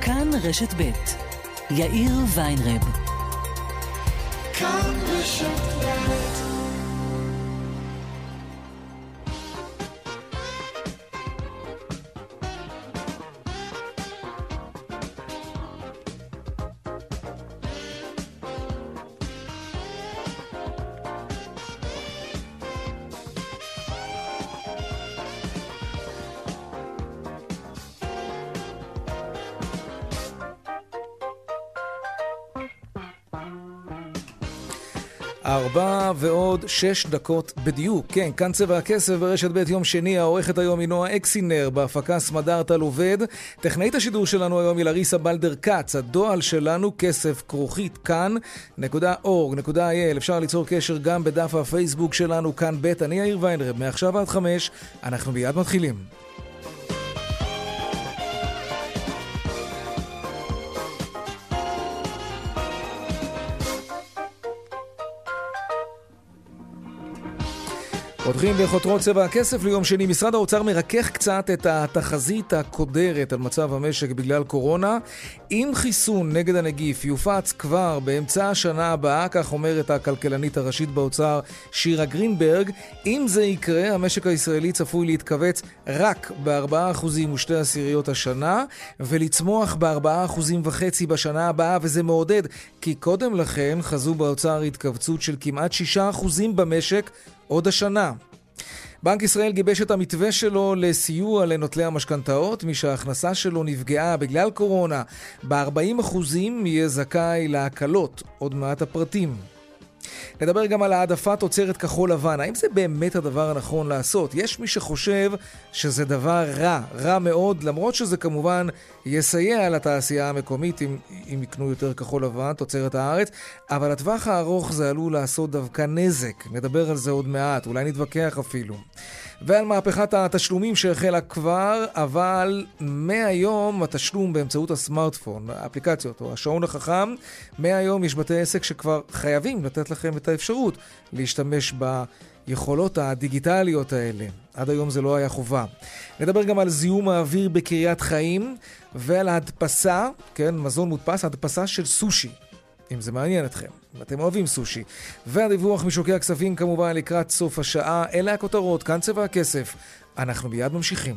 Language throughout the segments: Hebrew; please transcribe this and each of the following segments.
כאן רשת ב' יאיר ויינרב. כאן רשת ב'. ארבע ועוד 6 דקות בדיוק. כן, כאן צבע הכסף ברשת ב' יום שני. העורכת היום היא נועה אקסינר, בהפקה סמדר טל עובד. טכנאית השידור שלנו היום היא לריסה בלדר קץ. הדואל שלנו כסף כרוכית כאן.org.il. אפשר ליצור קשר גם בדף הפייסבוק שלנו כאן ב'. אני יאיר ויינרב, מעכשיו עד 5. אנחנו מיד מתחילים. פותחים בחותרות צבע הכסף ליום שני. משרד האוצר מרכך קצת את התחזית הקודרת על מצב המשק בגלל קורונה. אם חיסון נגד הנגיף יופץ כבר באמצע השנה הבאה, כך אומרת הכלכלנית הראשית באוצר שירה גרינברג, אם זה יקרה, המשק הישראלי צפוי להתכווץ רק ב4.2% השנה, ולצמוח ב4.5% בשנה הבאה, וזה מעודד, כי קודם לכן חזו באוצר התכווצות של כמעט 6% במשק עוד השנה. בנק ישראל גיבש את המתווה שלו לסיוע לנוטלי המשכנתאות. מי שההכנסה שלו נפגעה בגלל קורונה ב-40% יהיה זכאי להקלות. עוד מעט הפרטים. נדבר גם על העדפת תוצרת כחול לבן. האם זה באמת הדבר הנכון לעשות? יש מי שחושב שזה דבר רע מאוד, למרות שזה כמובן יסייע לתעשייה המקומית אם יקנו יותר כחול לבן, תוצרת הארץ, אבל לטווח הארוך זה עלול לעשות דווקא נזק. נדבר על זה עוד מעט, אולי נתווכח אפילו. ועל מהפכת התשלומים שהחלה כבר, אבל מהיום התשלום באמצעות הסמארטפון, האפליקציות או השעון החכם, מהיום יש בתי עסק שכבר חייבים לתת לכם את האפשרות להשתמש ביכולות הדיגיטליות האלה. עד היום זה לא היה חובה. נדבר גם על זיהום האוויר בקריית חיים, ועל ההדפסה, כן, מזון מודפס, ההדפסה של סושי. אם זה מעניין אתכם, ואתם אוהבים סושי. והדיווח משוקי הכספים כמובן לקראת סוף השעה. אלה הכותרות, כאן צבע הכסף. אנחנו מיד ממשיכים.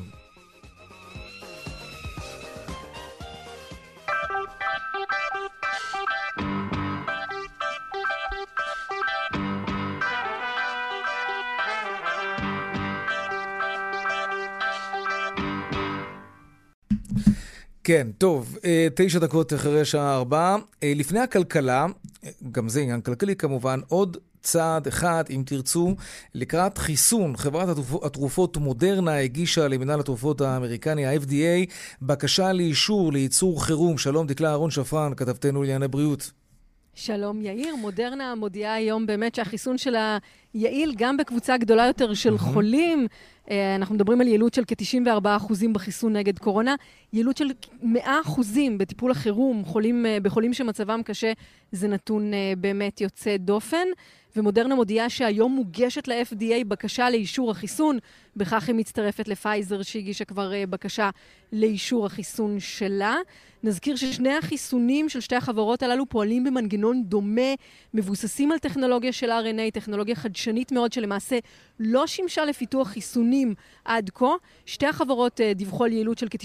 כן, טוב, 9 דקות אחרי שעה 4. לפני הכלכלה, גם זה עניין כלכלי כמובן, עוד צעד אחד, אם תרצו, לקראת חיסון. חברת התרופות מודרנה הגישה למינהל התרופות האמריקני, ה-FDA, בקשה לאישור לייצור חירום. שלום, דקלה אהרון שפרן, כתבתנו לענייני בריאות. שלום יאיר, מודרנה מודיעה היום באמת שהחיסון שלה יעיל גם בקבוצה גדולה יותר של חולים. אנחנו מדברים על יעילות של כ-94% בחיסון נגד קורונה, יעילות של 100% בטיפול החירום, בחולים שמצבם קשה, זה נתון באמת יוצא דופן. ומודרנה מודיעה שהיום מוגשת ל-FDA בקשה לאישור החיסון, בכך היא מצטרפת לפייזר שהגישה כבר בקשה לאישור החיסון שלה. נזכיר ששני החיסונים של שתי החברות הללו פועלים במנגנון דומה, מבוססים על טכנולוגיה של RNA, טכנולוגיה חדשנית מאוד שלמעשה לא שימשה לפיתוח חיסונים עד כה. שתי החברות דיווחו על יעילות של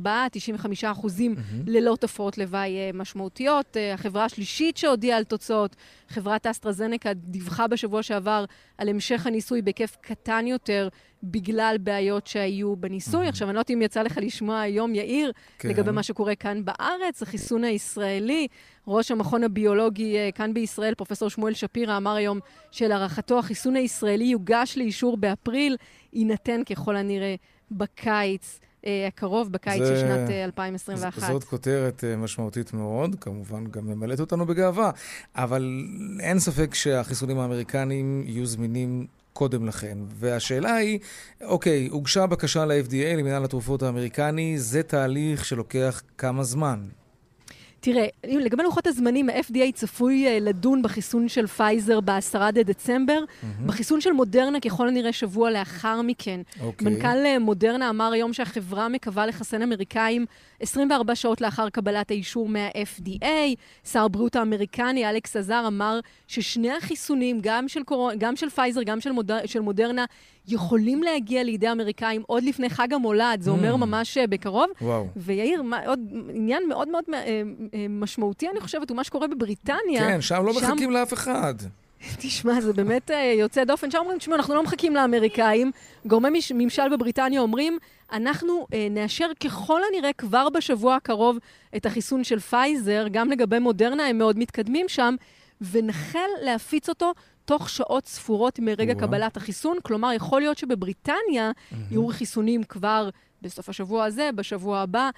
כ-94-95% ללא תופעות לוואי משמעותיות. החברה השלישית שהודיעה על תוצאות, חברת אסטרהזניקה, דיווחה בשבוע שעבר על המשך הניסוי בהיקף קטן יותר בגלל בעיות שהיו בניסוי. עכשיו, אני לא יודעת אם יצא לך לשמוע היום, יאיר, לגבי מה שקורה כאן בארץ, החיסון הישראלי. ראש המכון הביולוגי כאן בישראל, פרופסור שמואל שפירא, אמר היום שלהערכתו החיסון הישראלי יוגש לאישור באפריל, יינתן ככל הנראה בקיץ הקרוב, בקיץ של שנת 2021. זאת כותרת משמעותית מאוד, כמובן גם ממלאת אותנו בגאווה, אבל אין ספק שהחיסונים האמריקניים יהיו זמינים קודם לכן. והשאלה היא, אוקיי, הוגשה בקשה ל-FDA, למינהל התרופות האמריקני, זה תהליך שלוקח כמה זמן? תראה, לגבי לוחות הזמנים, ה-FDA צפוי לדון בחיסון של פייזר ב-10 דצמבר, בחיסון של מודרנה ככל הנראה שבוע לאחר מכן. מנכ"ל מודרנה אמר היום שהחברה מקווה לחסן אמריקאים 24 שעות לאחר קבלת האישור מה-FDA. שר הבריאות האמריקני, אלכס עזר, אמר ששני החיסונים, גם של פייזר, גם של מודרנה, יכולים להגיע לידי אמריקאים עוד לפני חג המולד, זה אומר ממש בקרוב. וואו. ויאיר, עוד עניין מאוד מאוד משמעותי, אני חושבת, הוא מה שקורה בבריטניה. כן, שם לא מחכים לאף אחד. תשמע, זה באמת יוצא דופן. שם אומרים, תשמעו, אנחנו לא מחכים לאמריקאים. גורמי ממשל בבריטניה אומרים, אנחנו נאשר ככל הנראה כבר בשבוע הקרוב את החיסון של פייזר, גם לגבי מודרנה, הם מאוד מתקדמים שם, ונחל להפיץ אותו תוך שעות ספורות מרגע קבלת החיסון. כלומר, יכול להיות שבבריטניה יהיו חיסונים כבר בסוף השבוע הזה, בשבוע הבא.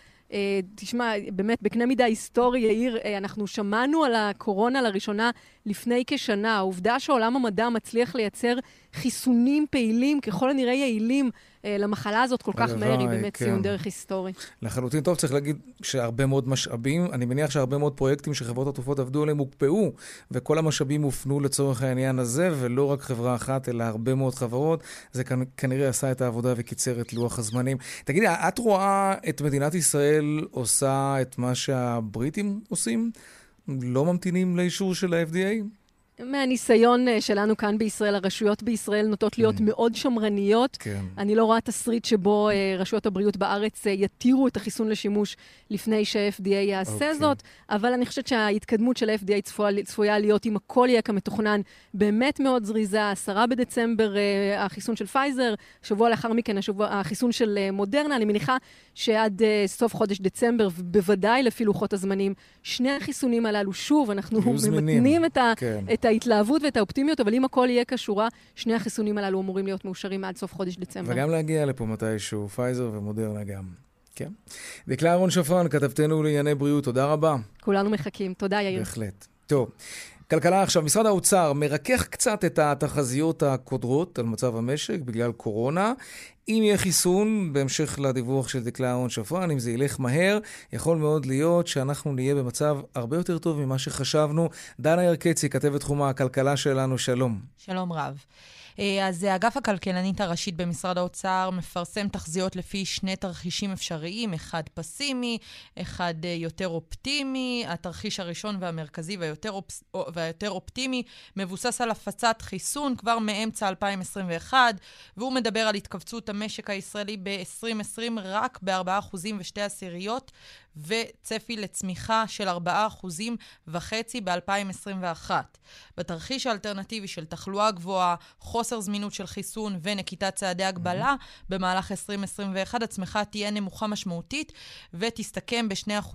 תשמע, באמת, בקנה מידה היסטורי, יאיר, אנחנו שמענו על הקורונה לראשונה לפני כשנה. העובדה שעולם המדע מצליח לייצר חיסונים פעילים, ככל הנראה יעילים, למחלה הזאת כל כך מהר, היא באמת ציון דרך היסטורי. לחלוטין טוב, צריך להגיד שהרבה מאוד משאבים, אני מניח שהרבה מאוד פרויקטים שחברות התרופות עבדו עליהם הוקפאו, וכל המשאבים הופנו לצורך העניין הזה, ולא רק חברה אחת, אלא הרבה מאוד חברות. זה כנראה עשה את העבודה וקיצר את לוח הזמנים. תגידי, את רואה את מדינת ישראל עושה את מה שהבריטים עושים? לא ממתינים לאישור של ה-FDA? מהניסיון שלנו כאן בישראל, הרשויות בישראל נוטות להיות מאוד שמרניות. כן. אני לא רואה תסריט שבו רשויות הבריאות בארץ יתירו את החיסון לשימוש לפני שה-FDA יעשה זאת, אבל אני חושבת שההתקדמות של ה-FDA צפויה להיות, אם הכל יהיה כמתוכנן, באמת מאוד זריזה. 10 בדצמבר החיסון של פייזר, שבוע לאחר מכן החיסון של מודרנה. אני מניחה שעד סוף חודש דצמבר, בוודאי לפי לוחות הזמנים, שני החיסונים הללו, שוב, אנחנו ממתנים את ההתלהבות ואת האופטימיות, אבל אם הכל יהיה כשורה, שני החיסונים הללו אמורים להיות מאושרים עד סוף חודש דצמבר. וגם להגיע לפה מתישהו, פייזר ומודרנה גם. כן. דקלה אהרון שפרן, כתבתנו לענייני בריאות, תודה רבה. כולנו מחכים. תודה, יאיר. בהחלט. טוב. כלכלה עכשיו, משרד האוצר מרכך קצת את התחזיות הקודרות על מצב המשק בגלל קורונה. אם יהיה חיסון, בהמשך לדיווח של דקלה אהרון שפרן, אם זה ילך מהר, יכול מאוד להיות שאנחנו נהיה במצב הרבה יותר טוב ממה שחשבנו. דנה ירקצי, כתבת תחום הכלכלה שלנו, שלום. שלום רב. אז אגף הכלכלנית הראשית במשרד האוצר מפרסם תחזיות לפי שני תרחישים אפשריים, אחד פסימי, אחד יותר אופטימי. התרחיש הראשון והמרכזי והיותר אופטימי מבוסס על הפצת חיסון כבר מאמצע 2021, והוא מדבר על התכווצות המשק הישראלי ב-2020 רק ב4.2%, וצפי לצמיחה של 4.5% ב-2021. בתרחיש האלטרנטיבי של תחלואה גבוהה, חוסר זמינות של חיסון ונקיטת צעדי הגבלה, במהלך 2021 הצמיחה תהיה נמוכה משמעותית ותסתכם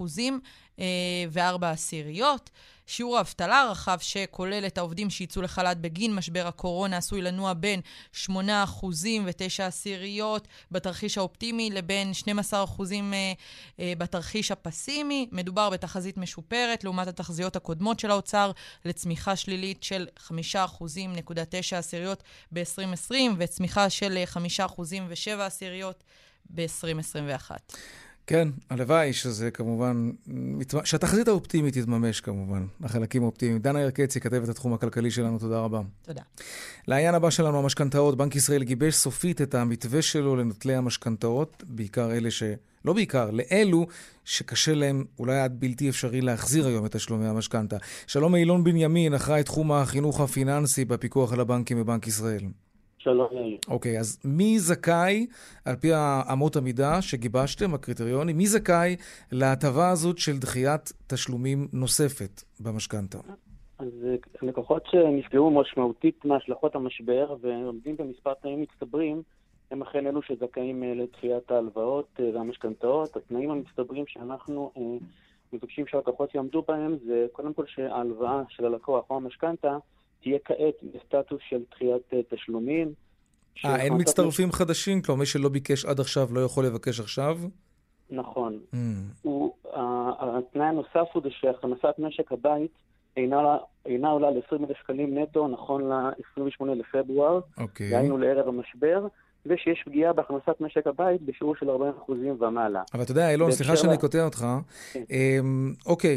ב2.4%. שיעור האבטלה הרחב שכולל את העובדים שיצאו לחל"ת בגין משבר הקורונה עשוי לנוע בין 8% ו9% בתרחיש האופטימי לבין 12% בתרחיש הפסימי. מדובר בתחזית משופרת לעומת התחזיות הקודמות של האוצר לצמיחה שלילית של 5.9% ב-2020 וצמיחה של 5.7% ב-2021. כן, הלוואי שזה כמובן, שהתחזית האופטימית תתממש כמובן, החלקים האופטימיים. דנה ירקצי, כתבת התחום הכלכלי שלנו, תודה רבה. תודה. לעניין הבא שלנו, המשכנתאות. בנק ישראל גיבש סופית את המתווה שלו לנוטלי המשכנתאות, בעיקר אלה לא בעיקר, לאלו שקשה להם אולי עד בלתי אפשרי להחזיר היום את תשלומי המשכנתה. שלום אילון בנימין, אחראי תחום החינוך הפיננסי בפיקוח על הבנקים בבנק ישראל. שלום. אוקיי, אז מי זכאי, על פי אמות המידה שגיבשתם, הקריטריונים, מי זכאי להטבה הזאת של דחיית תשלומים נוספת במשכנתה? אז לקוחות שנפגעו משמעותית מהשלכות המשבר ועומדים במספר תנאים מצטברים, הם אכן אלו שזכאים לדחיית ההלוואות והמשכנתאות. התנאים המצטברים שאנחנו מבקשים שהלקוחות יעמדו בהם זה קודם כל שההלוואה של הלקוח או המשכנתה תהיה כעת בסטטוס של דחיית תשלומים. אין מצטרפים חדשים? כלומר, מי שלא ביקש עד עכשיו לא יכול לבקש עכשיו? נכון. התנאי הנוסף הוא שהכנסת משק הבית אינה עולה ל-20,000 שקלים נטו נכון ל-28 לפברואר, דהיינו לערב המשבר, ושיש פגיעה בהכנסת משק הבית בשיעור של 40% ומעלה. אבל אתה יודע, אילון, סליחה שאני קוטע אותך. אוקיי.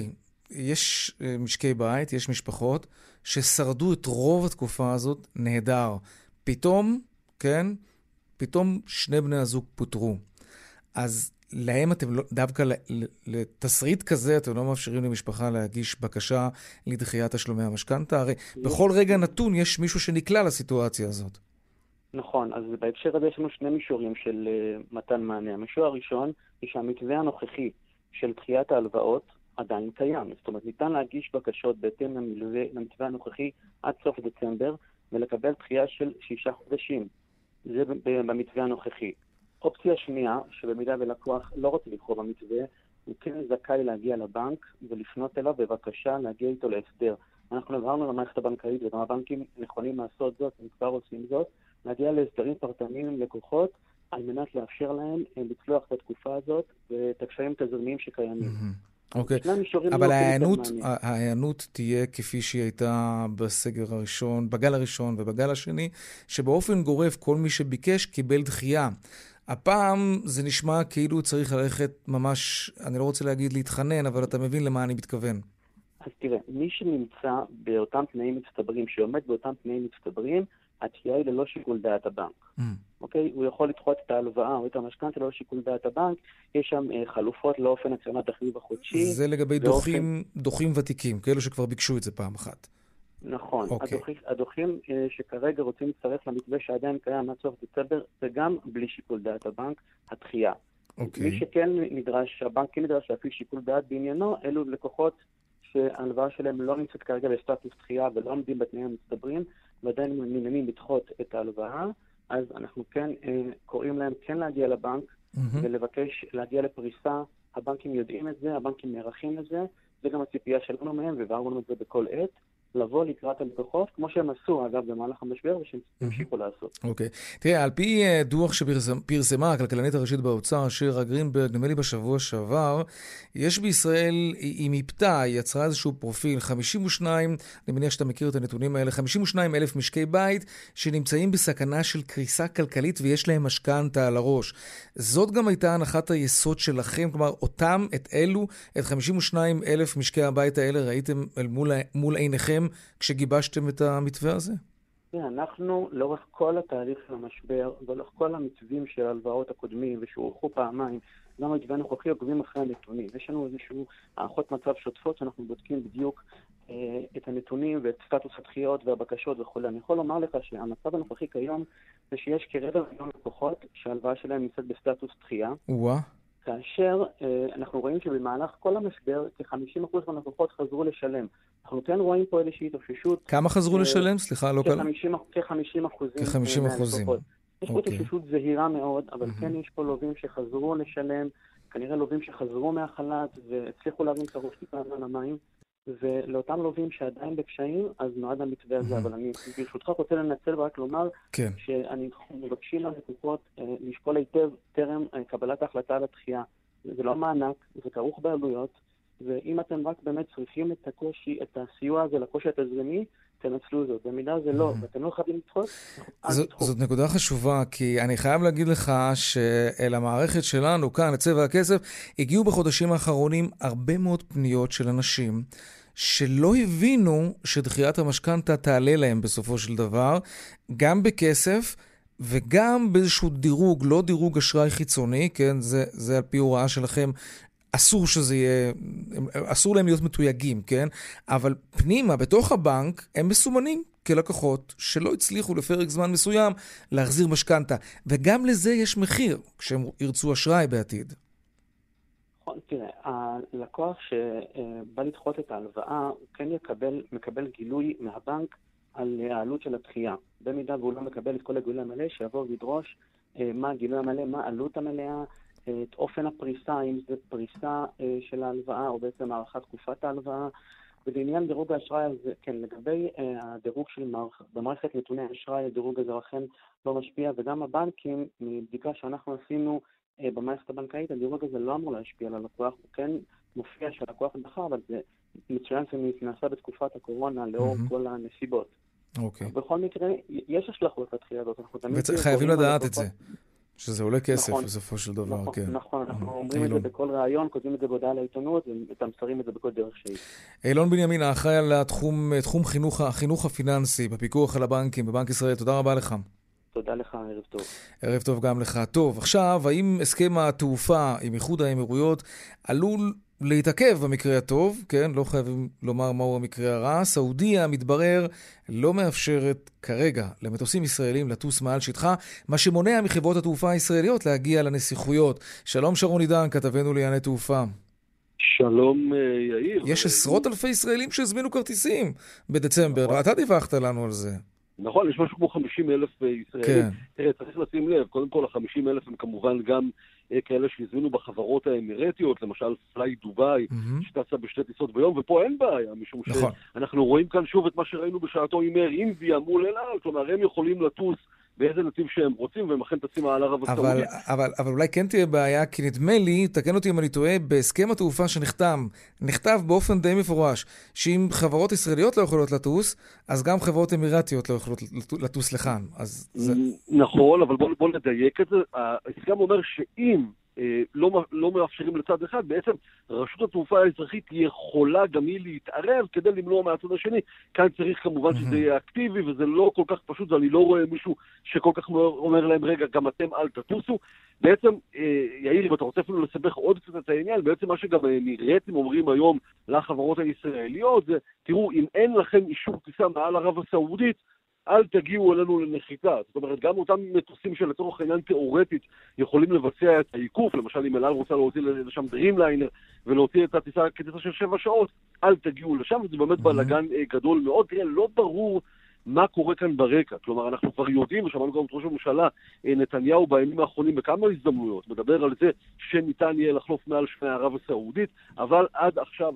יש משקי בית, יש משפחות ששרדו את רוב התקופה הזאת נהדר. פתאום, כן, פתאום שני בני הזוג פוטרו. אז להם אתם לא, דווקא לתסריט כזה, אתם לא מאפשרים למשפחה להגיש בקשה לדחיית תשלומי המשכנתא. הרי בכל רגע נתון יש מישהו שנקלע לסיטואציה הזאת. נכון, אז בהקשר הזה יש לנו שני מישורים של מתן מענה. המישור הראשון היא שהמתווה הנוכחי של דחיית ההלוואות עדיין קיים. זאת אומרת, ניתן להגיש בקשות בהתאם למתווה הנוכחי עד סוף דצמבר, ולקבל דחייה של 6 חודשים. זה במתווה הנוכחי. אופציה שנייה, שבמידה ולקוח לא רוצה לבחור במתווה, הוא כן זכאי להגיע לבנק ולפנות אליו בבקשה להגיע איתו להסדר. אנחנו עברנו למערכת הבנקאית וגם הבנקים נכונים לעשות זאת, הם כבר עושים זאת, להגיע להסדרים פרטניים עם לקוחות על מנת לאפשר להם לצלוח את התקופה הזאת ואת הקשיים תזרימיים שקיימים. אוקיי, אבל ההיענות תהיה כפי שהיא הייתה בסגר הראשון, בגל הראשון ובגל השני, שבאופן גורף כל מי שביקש קיבל דחייה. הפעם זה נשמע כאילו צריך ללכת ממש, אני לא רוצה להגיד להתחנן, אבל אתה מבין למה אני מתכוון. אז תראה, מי שנמצא באותם תנאים מצטברים, שעומד באותם תנאים מצטברים, התחייה היא ללא שיקול דעת הבנק. אוקיי? הוא יכול לדחות את ההלוואה או את המשכנתא ללא שיקול דעת הבנק, יש שם חלופות לאופן הקרנת החיוב החודשי. זה לגבי דוחים ותיקים, כאלו שכבר ביקשו את זה פעם אחת. נכון. הדוחים שכרגע רוצים להצטרף למתווה שעדיין קיים עד סוף דצמבר, זה גם בלי שיקול דעת הבנק, התחייה. מי שכן נדרש, הבנק כן נדרש להפעיל שיקול דעת בעניינו, אלו לקוחות שההלוואה שלהם לא נמצאת כרגע בסטטוס דחייה ולא עומדים בתנאים המצטברים, ועדיין מעוניינים לדחות את ההלוואה, אז אנחנו כן קוראים להם כן להגיע לבנק ולבקש להגיע לפריסה. הבנקים יודעים את זה, הבנקים נערכים לזה, זה גם הציפייה שלנו מהם, והעברנו את זה בכל עת, לבוא לקראת הלקוחות, כמו שהם עשו, אגב, במהלך המשבר, ושהם המשיכו לעשות. אוקיי. תראה, על פי דוח שפרסמה הכלכלנית הראשית באוצר, שירה גרינברג, נדמה לי בשבוע שעבר, יש בישראל, היא מיפתה, היא יצרה איזשהו פרופיל, 52, אני מניח שאתה מכיר את הנתונים האלה, 52,000 משקי בית שנמצאים בסכנה של קריסה כלכלית ויש להם משכנתא על הראש. זאת גם הייתה הנחת היסוד שלכם, כלומר, אותם, את אלו, את 52,000 משקי הבית האלה ראיתם מול עיניכם כשגיבשתם את המתווה הזה? אנחנו, לאורך כל התהליך של המשבר, ולאורך כל המתווים של ההלוואות הקודמים, ושהוארכו פעמיים, גם המתווה הנוכחי עוקבים אחרי הנתונים. יש לנו איזשהו הערכות מצב שוטפות, שאנחנו בודקים בדיוק את הנתונים ואת סטטוס הדחיות והבקשות וכו'. אני יכול לומר לך שהמצב הנוכחי כיום, זה שיש כ250,000 לקוחות שההלוואה שלהם נמצאת בסטטוס דחייה. כאשר אנחנו רואים שבמהלך כל המשבר, כ50% מהלקוחות חזרו לשלם. אנחנו כן רואים פה איזושהי התאוששות. כמה חזרו לשלם? סליחה, לא קל. כ50%. יש פה התאוששות זהירה מאוד, אבל כן יש פה לווים שחזרו לשלם, כנראה לווים שחזרו מהחל"ת והצליחו להבין את הראש טיפה על המים, ולאותם לווים שעדיין בקשיים, אז נועד המתווה הזה. אבל אני ברשותך רוצה לנצל רק לומר שאנחנו מבקשים ללקוחות לשקול היטב טרם קבלת ההחלטה על הדחייה. זה לא מענק, זה כרוך בעלויות, ואם אתם רק באמת צריכים את הקושי, את הסיוע הזה לקושי התזרימי, תנצלו זאת. במידה זה לא, ואתם לא חייבים לדחות, זאת נקודה חשובה, כי אני חייב להגיד לך שאל המערכת שלנו, כאן, לצבע הכסף, הגיעו בחודשים האחרונים הרבה מאוד פניות של אנשים שלא הבינו שדחיית המשכנתא תעלה להם בסופו של דבר, גם בכסף וגם באיזשהו דירוג, לא דירוג אשראי חיצוני, כן, זה על פי הוראה שלכם, אסור שזה יהיה, אסור להם להיות מתויגים, כן? אבל פנימה, בתוך הבנק, הם מסומנים כלקוחות שלא הצליחו לפרק זמן מסוים להחזיר משכנתא. וגם לזה יש מחיר, כשהם ירצו אשראי בעתיד. תראה, הלקוח שבא לדחות את ההלוואה, הוא כן מקבל גילוי מהבנק על העלות של הדחייה. במידה והוא לא מקבל את כל הגילוי המלא, שיבוא וידרוש מה הגילוי המלא, מה העלות המלאה, את אופן הפריסה, אם זה פריסה של ההלוואה או בעצם הערכת תקופת ההלוואה. ולעניין דירוג האשראי, אז כן, לגבי הדירוג של במערכת נתוני האשראי, הדירוג הזה אכן לא משפיע, וגם הבנקים, מבדיקה שאנחנו עשינו במערכת הבנקאית, הדירוג הזה לא אמור להשפיע על הלקוח, הוא כן מופיע שהלקוח דחה, אבל זה מצוין שנעשה בתקופת הקורונה לאור כל הנסיבות. אוקיי. בכל מקרה, יש השלכות לדחייה הזאת. וחייבים לדעת את זה. שזה עולה כסף נכון. בסופו של דבר, נכון, כן. נכון, אנחנו אומרים את זה בכל ראיון, כותבים את זה בהודעה לעיתונות, ומתמסרים את זה בכל דרך שהיא. אילון בנימין, האחראי על תחום החינוך הפיננסי בפיקוח על הבנקים בבנק ישראל, תודה רבה לך. תודה לך, ערב טוב. ערב טוב גם לך. טוב, עכשיו, האם הסכם התעופה עם איחוד האמירויות עלול להתעכב במקרה הטוב? כן, לא חייבים לומר מהו המקרה הרע. סעודיה, מתברר, לא מאפשרת כרגע למטוסים ישראלים לטוס מעל שטחה, מה שמונע מחברות התעופה הישראליות להגיע לנסיכויות. שלום שרון עידן, כתבנו לענייני תעופה. שלום יאיר. יש עשרות אלפי ישראלים שהזמינו כרטיסים בדצמבר. אתה דיווחת לנו על זה. נכון, יש משהו כמו 50,000 ישראלים. כן. תראה, צריך לשים לב, קודם כל ה-50,000 הם כמובן גם כאלה שהזמינו בחברות האמירטיות, למשל פליי דוביי, שטסה בשתי טיסות ביום, ופה אין בעיה, משום נכון. שאנחנו רואים כאן שוב את מה שראינו בשעתו עם אייר אינדיה מול אל על, כלומר הם יכולים לטוס באיזה נתיב שהם רוצים, והם אכן טסים על ערב הסעודית. אבל אולי כן תהיה בעיה, כי נדמה לי, תקן אותי אם אני טועה, בהסכם התעופה שנחתם, נכתב באופן די מפורש, שאם חברות ישראליות לא יכולות לטוס, אז גם חברות אמירטיות לא יכולות לטוס לכאן. נכון, אבל בוא נדייק את זה. ההסכם אומר שאם לא מאפשרים לצד אחד, בעצם רשות התעופה האזרחית יכולה גם היא להתערב כדי למנוע מהצד השני. כאן צריך כמובן שזה יהיה אקטיבי, וזה לא כל כך פשוט, ואני לא רואה מישהו שכל כך אומר להם, רגע, גם אתם אל תטוסו. בעצם, יאיר, אם אתה רוצה אפילו לסבך עוד קצת את העניין, בעצם מה שגם האמירטים אומרים היום לחברות הישראליות, זה, תראו, אם אין לכם אישור טיסה מעל ערב הסעודית, אל תגיעו אלינו לנחיתה. זאת אומרת, גם אותם מטוסים שלצורך העניין תיאורטית יכולים לבצע את העיקוף, למשל אם אל על רוצה להוציא לשם דרימליינר ולהוציא את הטיסה כטיסה של 7 שעות, אל תגיעו לשם, וזה באמת בלגן גדול מאוד. תראה, לא ברור מה קורה כאן ברקע. כלומר, אנחנו כבר יודעים, ושמענו גם את ראש הממשלה נתניהו בימים האחרונים בכמה הזדמנויות, מדבר על זה שניתן יהיה לחלוף מעל שמי ערב הסעודית, אבל עד עכשיו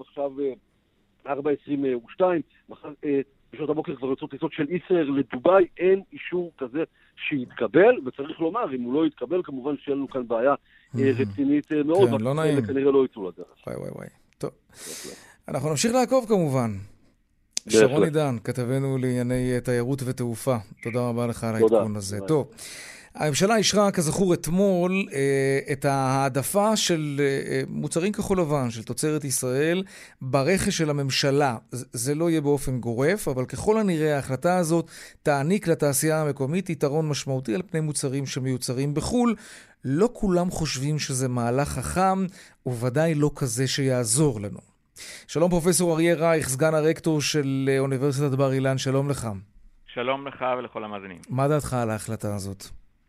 4:22, בשעות הבוקר כבר יוצאות טיסות של ישראייר לדובאי, אין אישור כזה שיתקבל, וצריך לומר, אם הוא לא יתקבל, כמובן שיהיה לנו כאן בעיה רצינית מאוד, כן, לא נעים. כנראה לא יצאו לדרך. וואי. טוב. אנחנו נמשיך לעקוב כמובן. שרון עידן, כתבנו לענייני תיירות ותעופה. תודה רבה לך על העדכון הזה. טוב. הממשלה אישרה, כזכור, אתמול את ההעדפה של מוצרים כחול לבן, של תוצרת ישראל, ברכש של הממשלה. זה לא יהיה באופן גורף, אבל ככל הנראה ההחלטה הזאת תעניק לתעשייה המקומית יתרון משמעותי על פני מוצרים שמיוצרים בחול. לא כולם חושבים שזה מהלך חכם, וודאי לא כזה שיעזור לנו. שלום פרופסור אריה רייך, סגן הרקטור של אוניברסיטת בר אילן, שלום לך. שלום לך ולכל המאזינים. מה דעתך על ההחלטה הזאת?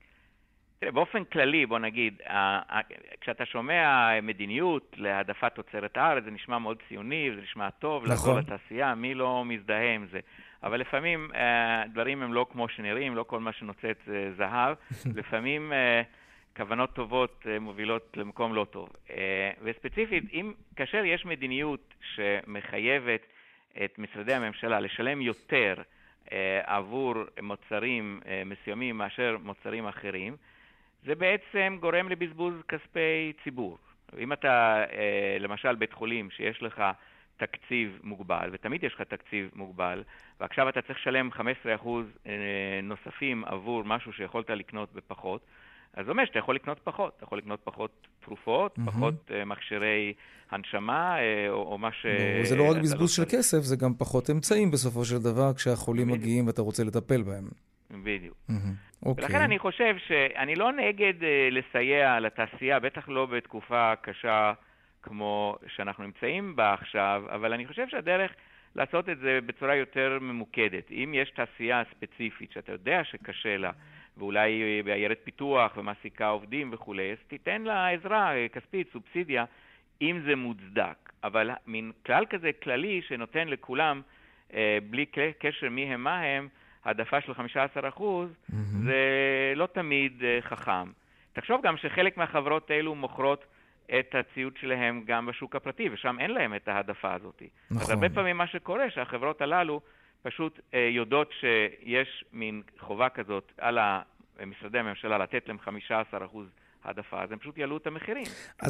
באופן כללי, בוא נגיד, כשאתה שומע מדיניות להעדפת תוצרת הארץ, זה נשמע מאוד ציוני, זה נשמע טוב, לעזור לתעשייה, מי לא מזדהה עם זה. אבל לפעמים דברים הם לא כמו שנראים, לא כל מה שנוצאת זה זהב. לפעמים כוונות טובות מובילות למקום לא טוב. וספציפית, כאשר יש מדיניות שמחייבת את משרדי הממשלה לשלם יותר עבור מוצרים מסוימים מאשר מוצרים אחרים, זה בעצם גורם לבזבוז כספי ציבור. אם אתה, למשל, בית חולים שיש לך תקציב מוגבל, ותמיד יש לך תקציב מוגבל, ועכשיו אתה צריך לשלם 15% נוספים עבור משהו שיכולת לקנות בפחות, אז זה אומר שאתה יכול לקנות פחות. אתה יכול לקנות פחות תרופות, פחות מכשירי הנשמה, או מה ש... זה לא רק בזבוז של כסף, זה גם פחות אמצעים בסופו של דבר, כשהחולים מגיעים ואתה רוצה לטפל בהם. בדיוק. ולכן אני חושב שאני לא נגד לסייע לתעשייה, בטח לא בתקופה קשה כמו שאנחנו נמצאים בה עכשיו, אבל אני חושב שהדרך לעשות את זה בצורה יותר ממוקדת. אם יש תעשייה ספציפית שאתה יודע שקשה לה, ואולי בעיירת פיתוח ומעסיקה עובדים וכו', אז תיתן לה עזרה כספית, סובסידיה, אם זה מוצדק. אבל מין כלל כזה כללי שנותן לכולם, בלי קשר מי הם מה הם, העדפה של 15%, זה לא תמיד חכם. תחשוב גם שחלק מהחברות האלו מוכרות את הציוד שלהם גם בשוק הפרטי, ושם אין להם את ההעדפה הזאת. נכון. אז הרבה פעמים מה שקורה, שהחברות הללו פשוט יודעות שיש מין חובה כזאת על משרדי הממשלה לתת להם 15% העדפה, אז הם פשוט יעלו את המחירים.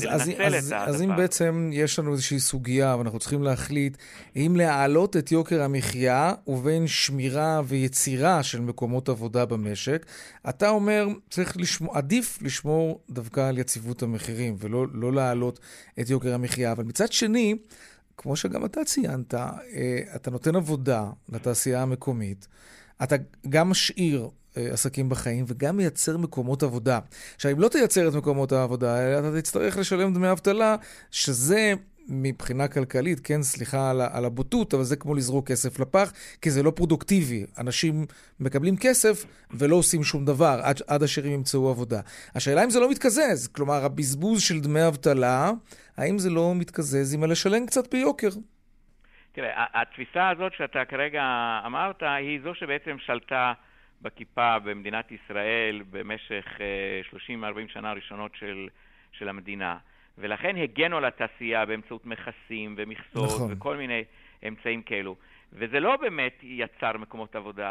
אז אם בעצם יש לנו איזושהי סוגיה, ואנחנו צריכים להחליט אם להעלות את יוקר המחיה ובין שמירה ויצירה של מקומות עבודה במשק, אתה אומר, עדיף לשמור דווקא על יציבות המחירים, ולא להעלות את יוקר המחיה. אבל מצד שני, כמו שגם אתה ציינת, אתה נותן עבודה לתעשייה המקומית, אתה גם משאיר עסקים בחיים, וגם מייצר מקומות עבודה. עכשיו, אם לא תייצר את מקומות העבודה, אתה תצטרך לשלם דמי אבטלה, שזה מבחינה כלכלית, כן, סליחה על הבוטות, אבל זה כמו לזרוק כסף לפח, כי זה לא פרודוקטיבי. אנשים מקבלים כסף ולא עושים שום דבר, עד אשר הם ימצאו עבודה. השאלה אם זה לא מתקזז, כלומר, הבזבוז של דמי אבטלה, האם זה לא מתקזז עם לשלם קצת ביוקר? תראה, התפיסה הזאת שאתה כרגע אמרת, היא זו שבעצם שלטה בכיפה במדינת ישראל במשך 30-40 שנה הראשונות של המדינה. ולכן הגנו על התעשייה באמצעות מכסים ומכסות, נכון. וכל מיני אמצעים כאלו. וזה לא באמת יצר מקומות עבודה.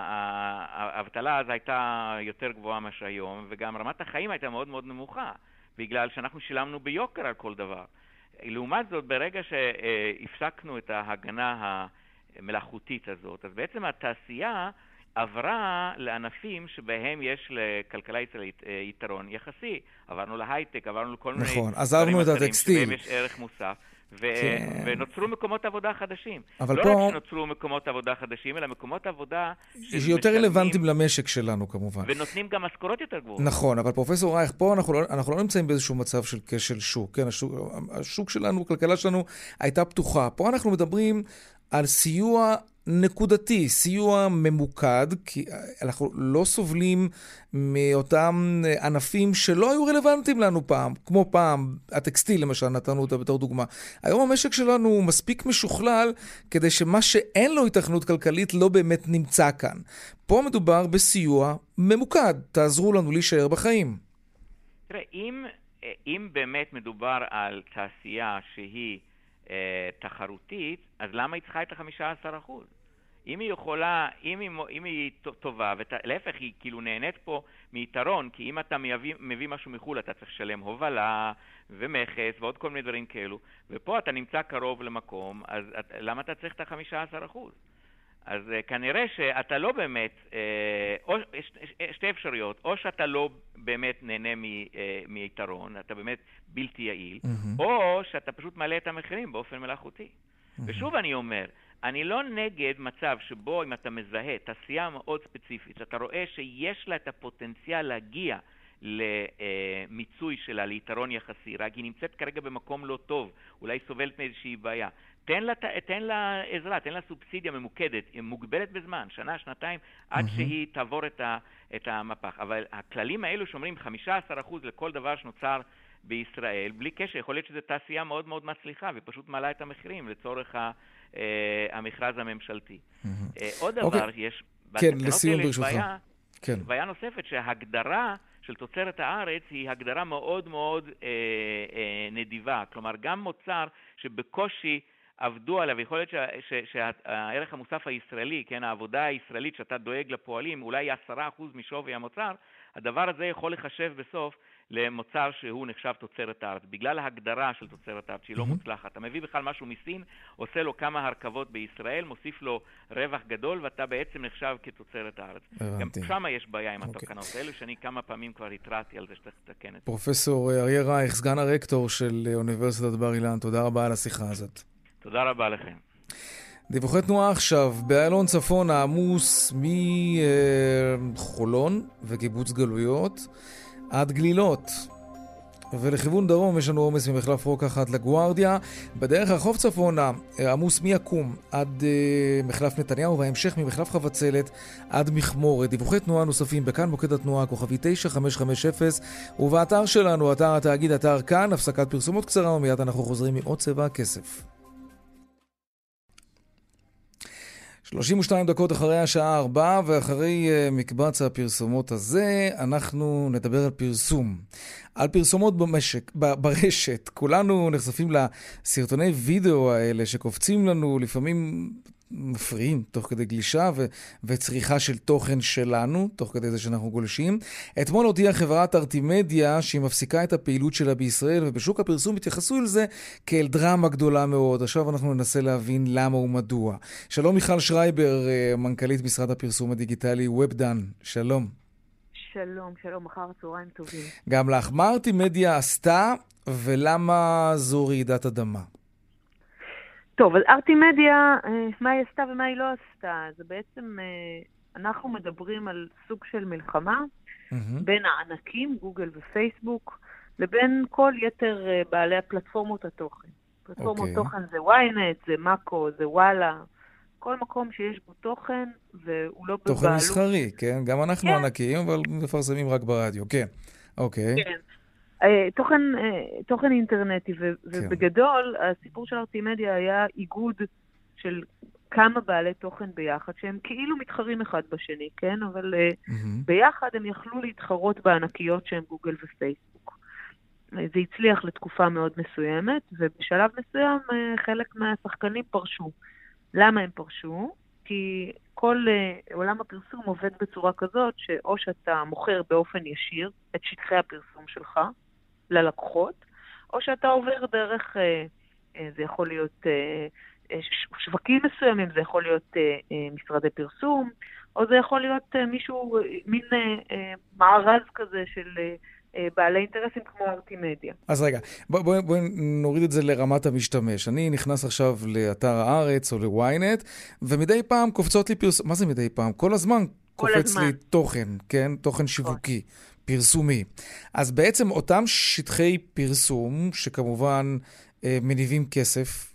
האבטלה אז הייתה יותר גבוהה מה שהיום, וגם רמת החיים הייתה מאוד מאוד נמוכה, בגלל שאנחנו שילמנו ביוקר על כל דבר. לעומת זאת, ברגע שהפסקנו את ההגנה המלאכותית הזאת, אז בעצם התעשייה עברה לענפים שבהם יש לכלכלה ישראלית יתרון יחסי. עברנו להייטק, עברנו לכל מיני... נכון, עזרנו את הטקסטיל. שבהם יש ערך מוסף, ונוצרו מקומות עבודה חדשים. לא פה... רק שנוצרו מקומות עבודה חדשים, אלא מקומות עבודה... שיותר רלוונטיים למשק שלנו, כמובן. ונותנים גם משכורות יותר גבוהות. נכון, אבל פרופסור רייך, פה אנחנו לא נמצאים באיזשהו מצב של כשל שוק. כן, השוק שלנו, הכלכלה שלנו הייתה פתוחה. פה אנחנו מדברים על סיוע נקודתי, סיוע ממוקד, כי אנחנו לא סובלים מאותם ענפים שלא היו רלוונטיים לנו פעם, כמו פעם, הטקסטיל למשל, נתנו אותה בתור דוגמה. היום המשק שלנו הוא מספיק משוכלל, כדי שמה שאין לו התכנות כלכלית לא באמת נמצא כאן. פה מדובר בסיוע ממוקד, תעזרו לנו להישאר בחיים. תראה, אם באמת מדובר על תעשייה שהיא תחרותית, אז למה היא צריכה את 15%? אם היא יכולה, אם היא טובה, ולהפך היא כאילו נהנית פה מיתרון, כי אם אתה מביא משהו מחול, אתה צריך לשלם הובלה ומכס ועוד כל מיני דברים כאלו, ופה אתה נמצא קרוב למקום, אז למה אתה צריך את 15%? אז כנראה שאתה לא באמת, או שתי אפשרויות, או שאתה לא באמת נהנה מיתרון, אתה באמת בלתי יעיל, או שאתה פשוט מעלה את המחירים באופן מלאכותי. ושוב אני אומר, אני לא נגד מצב שבו אם אתה מזהה תעשייה מאוד ספציפית, שאתה רואה שיש לה את הפוטנציאל להגיע למיצוי שלה, ליתרון יחסי, רק היא נמצאת כרגע במקום לא טוב, אולי סובלת מאיזושהי בעיה. תן לה עזרה, תן לה סובסידיה ממוקדת, מוגבלת בזמן, שנה, שנתיים, עד שהיא תעבור את המפח. אבל הכללים האלו שאומרים 15% לכל דבר שנוצר בישראל, בלי קשר, יכול להיות שזו תעשייה מאוד מאוד מצליחה, ופשוט מעלה את המחירים לצורך המכרז הממשלתי. עוד דבר, יש בתקנות האלה בעיה נוספת, שההגדרה של תוצרת הארץ היא הגדרה מאוד מאוד נדיבה. כלומר, גם מוצר שבקושי עבדו עליו, יכול להיות שהערך המוסף הישראלי, כן, העבודה הישראלית שאתה דואג לפועלים, אולי 10% משווי המוצר, הדבר הזה יכול לחשב בסוף למוצר שהוא נחשב תוצרת הארץ. בגלל ההגדרה של תוצרת הארץ, שהיא לא מוצלחת. אתה מביא בכלל משהו מסין, עושה לו כמה הרכבות בישראל, מוסיף לו רווח גדול, ואתה בעצם נחשב כתוצרת הארץ. גם שם יש בעיה עם התקנות האלו, שאני כמה פעמים כבר התרעתי על זה שצריך לתקן את זה. פרופסור אריה רייך, סגן הרקטור של אוניברסיטת בר אילן, תודה רבה על השיחה הזאת. תודה רבה לכם. דיווחי תנועה עכשיו, באיילון צפון העמוס מחולון וקיבוץ גלויות עד גלילות. ולכיוון דרום יש לנו עומס ממחלף רוקח עד לגוארדיה. בדרך הרחוב צפונה עמוס מיקום עד מחלף נתניהו, וההמשך ממחלף חבצלת עד מכמורת. דיווחי תנועה נוספים בכאן מוקד התנועה כוכבי 9550 ובאתר שלנו, אתר התאגיד, אתר כאן. הפסקת פרסומות קצרה ומיד אנחנו חוזרים עם עוד צבע הכסף. 32 דקות אחרי השעה 4, ואחרי מקבץ הפרסומות הזה, אנחנו נדבר על פרסום. על פרסומות ברשת. כולנו נחשפים לסרטוני וידאו האלה שקופצים לנו לפעמים מפריעים תוך כדי גלישה וצריכה של תוכן שלנו, תוך כדי זה שאנחנו גולשים. אתמול הודיעה חברת ארטימדיה שהיא מפסיקה את הפעילות שלה בישראל, ובשוק הפרסום התייחסו אל זה כאל דרמה גדולה מאוד. עכשיו אנחנו ננסה להבין למה ומדוע. שלום מיכל שרייבר, מנכ"לית משרד הפרסום הדיגיטלי WebDone. שלום. שלום, שלום, מחר צהריים טובים. גם לך. מה ארטימדיה עשתה ולמה זו רעידת אדמה? טוב, אז ארטימדיה, מה היא עשתה ומה היא לא עשתה? זה בעצם, אנחנו מדברים על סוג של מלחמה בין הענקים, גוגל ופייסבוק, לבין כל יתר בעלי הפלטפורמות התוכן. פלטפורמות תוכן זה ynet, זה מאקו, זה וואלה, כל מקום שיש בו תוכן והוא לא בבעלות. תוכן מסחרי, כן? גם אנחנו ענקים, אבל מפרסמים רק ברדיו, כן. אוקיי. כן. תוכן אינטרנטי, ובגדול, הסיפור של ארטימדיה היה איגוד של כמה בעלי תוכן ביחד, שהם כאילו מתחרים אחד בשני, כן? אבל ביחד הם יכלו להתחרות בענקיות שהם גוגל ופייסבוק. זה הצליח לתקופה מאוד מסוימת, ובשלב מסוים חלק מהשחקנים פרשו. למה הם פרשו? כי כל עולם הפרסום עובד בצורה כזאת, שאו שאתה מוכר באופן ישיר את שטחי הפרסום שלך ללקוחות, או שאתה עובר דרך, זה יכול להיות שווקים מסוימים, זה יכול להיות משרדי פרסום, או זה יכול להיות מישהו, מין מערז כזה של בעלי אינטרסים כמו ארטימדיה. אז רגע, בואי נוריד את זה לרמת המשתמש. אני נכנס עכשיו לאתר הארץ או לוויינט, ומדי פעם קופצות לי פרסום. מה זה מדי פעם? כל הזמן קופץ לי תוכן, כן? תוכן שיווקי, פרסומי. אז בעצם אותם שטחי פרסום, שכמובן מניבים כסף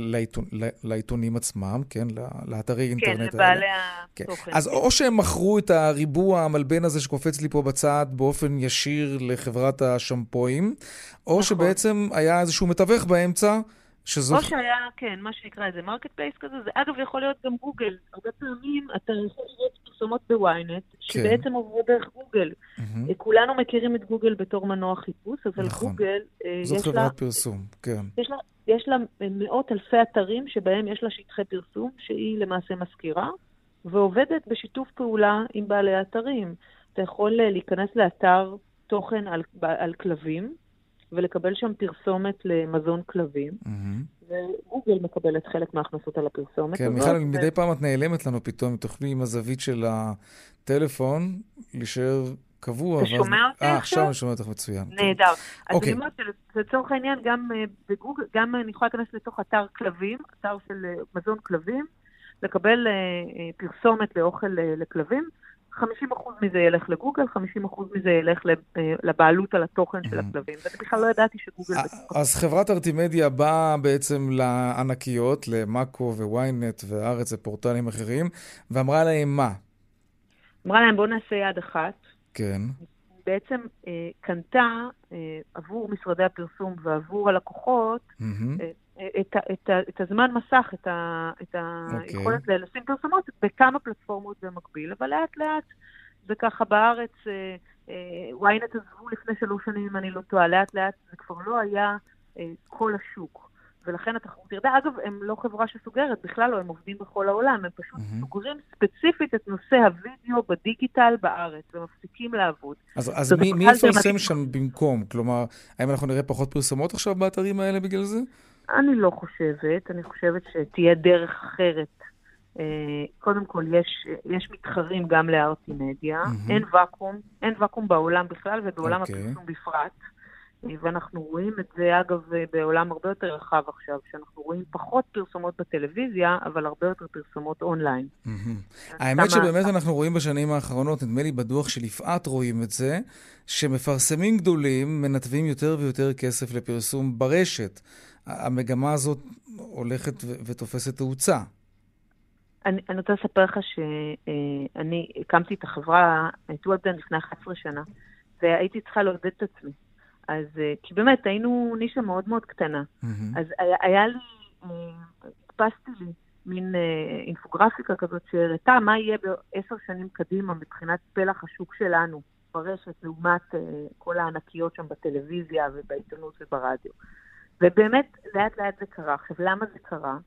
לעיתונים עצמם, כן, לאתרי אינטרנט. כן, לבעלי התוכן. אז או שהם מכרו את הריבוע המלבן הזה שקופץ לי פה בצד באופן ישיר לחברת השמפויים, או שבעצם היה איזשהו מתווך באמצע, או שהיה, כן, מה שנקרא איזה מרקט פלייס כזה, זה אגב יכול להיות גם גוגל. הרבה פעמים אתה יכול לראות פרסומות בוויינט, שבעצם עוברו דרך גוגל. כולנו מכירים את גוגל בתור מנוע חיפוש, אבל גוגל זאת חברת פרסום, כן. יש לה מאות אלפי אתרים שבהם יש לה שטחי פרסום, שהיא למעשה מזכירה, ועובדת בשיתוף פעולה עם בעלי האתרים. אתה יכול להיכנס לאתר תוכן על כלבים, ולקבל שם פרסומת למזון כלבים, וגוגל מקבלת חלק מההכנסות על הפרסומת. כן, מיכל, מדי פעם את נעלמת לנו פתאום, תוכלי עם הזווית של הטלפון, להישאר קבוע. אתה שומע אותי עכשיו? עכשיו אני שומע אותך מצוין. נהדר. אז אני אומרת שלצורך העניין, גם בגוגל, גם אני יכולה להיכנס לתוך אתר כלבים, אתר של מזון כלבים, לקבל פרסומת לאוכל לכלבים, 50% מזה ילך לגוגל, 50% מזה ילך לבעלות על התוכן של הכלבים. ואני בכלל לא ידעתי שגוגל... אז חברת ארטימדיה באה בעצם לענקיות, למאקו וויינט והארץ ופורטלים אחרים, ואמרה להם מה? אמרה להם בואו נעשה יד אחת. כן. בעצם קנתה עבור משרדי הפרסום ועבור הלקוחות את הזמן מסך, את היכולת לשים פרסומות בכמה פלטפורמות במקביל, אבל לאט לאט זה ככה בארץ, ynet עזבו לפני 3 שנים אם אני לא טועה, לאט לאט זה כבר לא היה כל השוק, ולכן התחרות ירדה. אגב, הם לא חברה שסוגרת, בכלל לא, הם עובדים בכל העולם, הם פשוט סוגרים ספציפית את נושא הווידאו בדיגיטל בארץ, ומפסיקים לעבוד. אז מי יפרסם שם במקום? כלומר, האם אנחנו נראה פחות פרסומות עכשיו באתרים האלה בגלל זה? אני לא חושבת, אני חושבת שתהיה דרך אחרת. קודם כל, יש מתחרים גם לארטימדיה, אין ואקום בעולם בכלל ובעולם הפרסום בפרט. ואנחנו רואים את זה, אגב, בעולם הרבה יותר רחב עכשיו, שאנחנו רואים פחות פרסומות בטלוויזיה, אבל הרבה יותר פרסומות אונליין. האמת שבאמת אנחנו רואים בשנים האחרונות, נדמה לי בדוח של יפעת רואים את זה, שמפרסמים גדולים מנתבים יותר ויותר כסף לפרסום ברשת. המגמה הזאת הולכת ותופסת תאוצה. אני רוצה לספר לך שאני הקמתי את החברה, את WebDone לפני 11 שנה, והייתי צריכה לעודד את עצמי. אז, כי באמת היינו נישה מאוד מאוד קטנה. אז היה לי, הקפסתי לי מין אינפוגרפיקה כזאת שהראתה מה יהיה ב10 שנים קדימה מבחינת פלח השוק שלנו ברשת, לעומת כל הענקיות שם בטלוויזיה ובעיתונות וברדיו. ובאמת לאט לאט זה קרה. עכשיו למה זה קרה?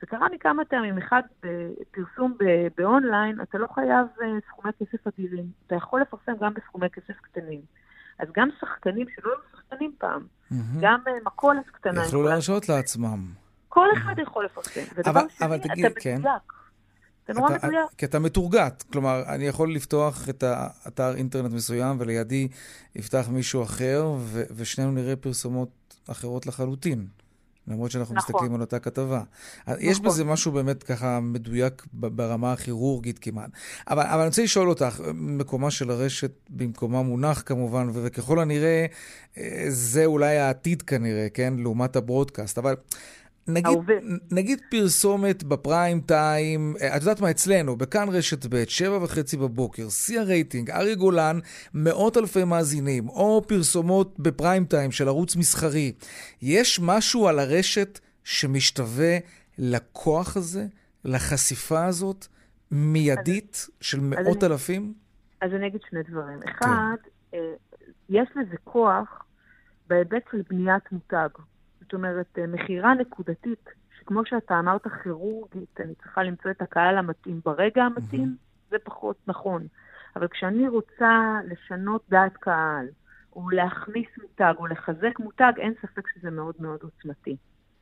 זה קרה מכמה טעמים. אחד, פרסום באונליין, אתה לא חייב סכומי כסף אדירים. אתה יכול לפרסם גם בסכומי כסף קטנים. אז גם שחקנים שלא היו שחקנים פעם, גם מכולת קטנה. יכלו להרשות לעצמם. כל אחד יכול לפרסם. אבל תגיד, כן. זה נורא מדויק. כי אתה מתורגת. כלומר, אני יכול לפתוח את האתר אינטרנט מסוים, ולידי יפתח מישהו אחר, ושנינו נראה פרסומות אחרות לחלוטין. למרות שאנחנו מסתכלים על אותה כתבה. יש בזה משהו באמת ככה מדויק ברמה הכירורגית כמעט. אבל אני רוצה לשאול אותך, מקומה של הרשת במקומה מונח כמובן, וככל הנראה זה אולי העתיד כנראה, כן? לעומת הברודקאסט. אבל נגיד פרסומת בפריים טיים, את יודעת מה אצלנו, בכאן רשת ב' 7:30 בבוקר, שיא הרייטינג, ארי גולן, מאות אלפי מאזינים, או פרסומות בפריים טיים של ערוץ מסחרי. יש משהו על הרשת שמשתווה לכוח הזה, לחשיפה הזאת, מיידית של מאות אלפים? אז אני אגיד שני דברים. אחד, יש לזה כוח בהיבט של בניית מותג. זאת אומרת, מחירה נקודתית, שכמו שאתה אמרת כירורגית, אני צריכה למצוא את הקהל המתאים ברגע המתאים, זה פחות נכון. אבל כשאני רוצה לשנות דעת קהל, או להכניס מותג, או לחזק מותג, אין ספק שזה מאוד מאוד עוצמתי.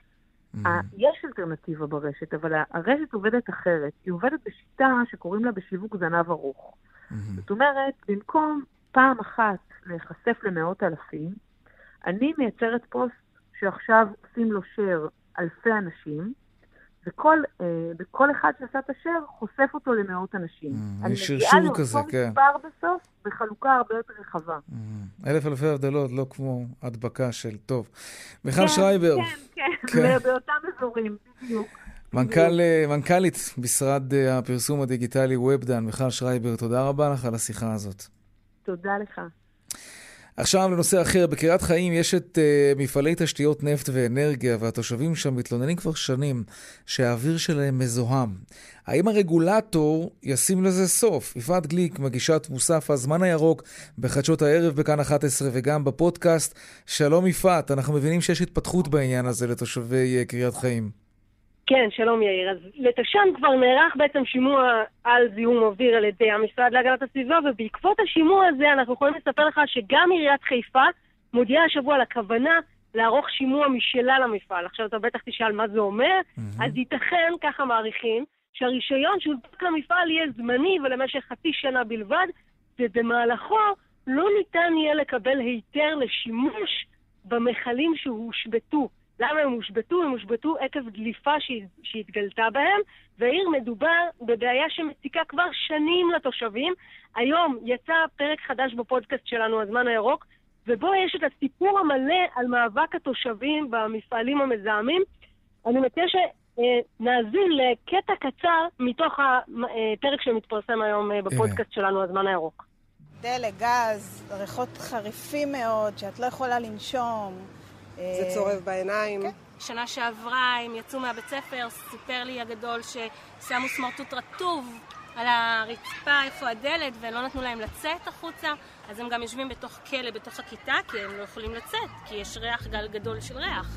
יש אלטרנטיבה ברשת, אבל הרשת עובדת אחרת. היא עובדת בשיטה שקוראים לה בשיווק זנב ארוך. זאת אומרת, במקום פעם אחת להיחשף למאות אלפים, אני מייצרת פוסט שעכשיו עושים לו share אלפי אנשים, וכל אחד שעשה את השare חושף אותו למאות אנשים. אני מגיעה כזה, כן. מספר בסוף, בחלוקה הרבה יותר רחבה. אלפי הבדלות, לא כמו הדבקה של טוב. מיכל שרייבר. כן, באותם אזורים, בדיוק. מנכ"לית משרד הפרסום הדיגיטלי ובדן, מיכל שרייבר, תודה רבה לך על השיחה הזאת. תודה לך. עכשיו לנושא אחר, בקריית חיים יש את מפעלי תשתיות נפט ואנרגיה, והתושבים שם מתלוננים כבר שנים שהאוויר שלהם מזוהם. האם הרגולטור ישים לזה סוף? יפעת גליק, מגישת מוסף הזמן הירוק בחדשות הערב בכאן 11 וגם בפודקאסט. שלום יפעת, אנחנו מבינים שיש התפתחות בעניין הזה לתושבי קריית חיים. כן, שלום יאיר. אז לתש"ן כבר נערך בעצם שימוע על זיהום אוויר על ידי המשרד להגנת הסביבה, ובעקבות השימוע הזה אנחנו יכולים לספר לך שגם עיריית חיפה מודיעה השבוע על הכוונה לערוך שימוע משלה למפעל. עכשיו אתה בטח תשאל מה זה אומר, אז ייתכן, ככה מעריכים, שהרישיון שהונפק למפעל יהיה זמני ולמשך חצי שנה בלבד, ובמהלכו לא ניתן יהיה לקבל היתר לשימוש במכלים שהושבתו. למה הם הושבתו? הם הושבתו עקב דליפה שהתגלתה בהם, והעיר מדובר בבעיה שמציקה כבר שנים לתושבים. היום יצא פרק חדש בפודקאסט שלנו, הזמן הירוק, ובו יש את הסיפור המלא על מאבק התושבים במפעלים המזהמים. אני מציע שנאזין לקטע קצר מתוך הפרק שמתפרסם היום בפודקאסט שלנו, הזמן הירוק. דלק, גז, ריחות חריפים מאוד, שאת לא יכולה לנשום. זה צורב בעיניים. כן. שנה שעברה הם יצאו מהבית ספר, סיפר לי הגדול ששמו סמרטוט רטוב על הרצפה איפה הדלת ולא נתנו להם לצאת החוצה, אז הם גם יושבים בתוך כלא, בתוך הכיתה, כי הם לא יכולים לצאת, כי יש ריח גדול של ריח.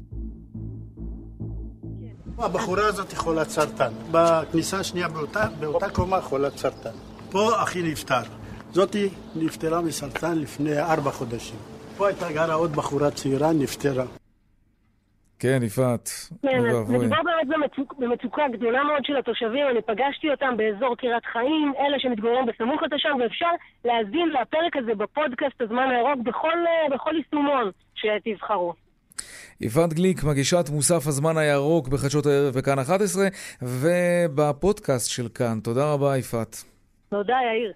הבחורה הזאת חולת סרטן. בכניסה השנייה באותה קומה חולת סרטן. פה אחי נפטר. זאתי נפטרה מסרטן לפני 4 חודשים. פה הייתה גרה עוד בחורה צעירה, נפטרה. כן, יפעת. כן, מדובר באמת במצוקה גדולה מאוד של התושבים. אני פגשתי אותם באזור קריית חיים, אלה שמתגוררים בסמוך לתש"ן, ואפשר להאזין לפרק הזה בפודקאסט הזמן הירוק בכל יישומון שתבחרו. יפעת גליק, מגישת מוסף הזמן הירוק בחדשות הערב בכאן 11 ובפודקאסט של כאן. תודה רבה, יפעת. תודה, יאיר.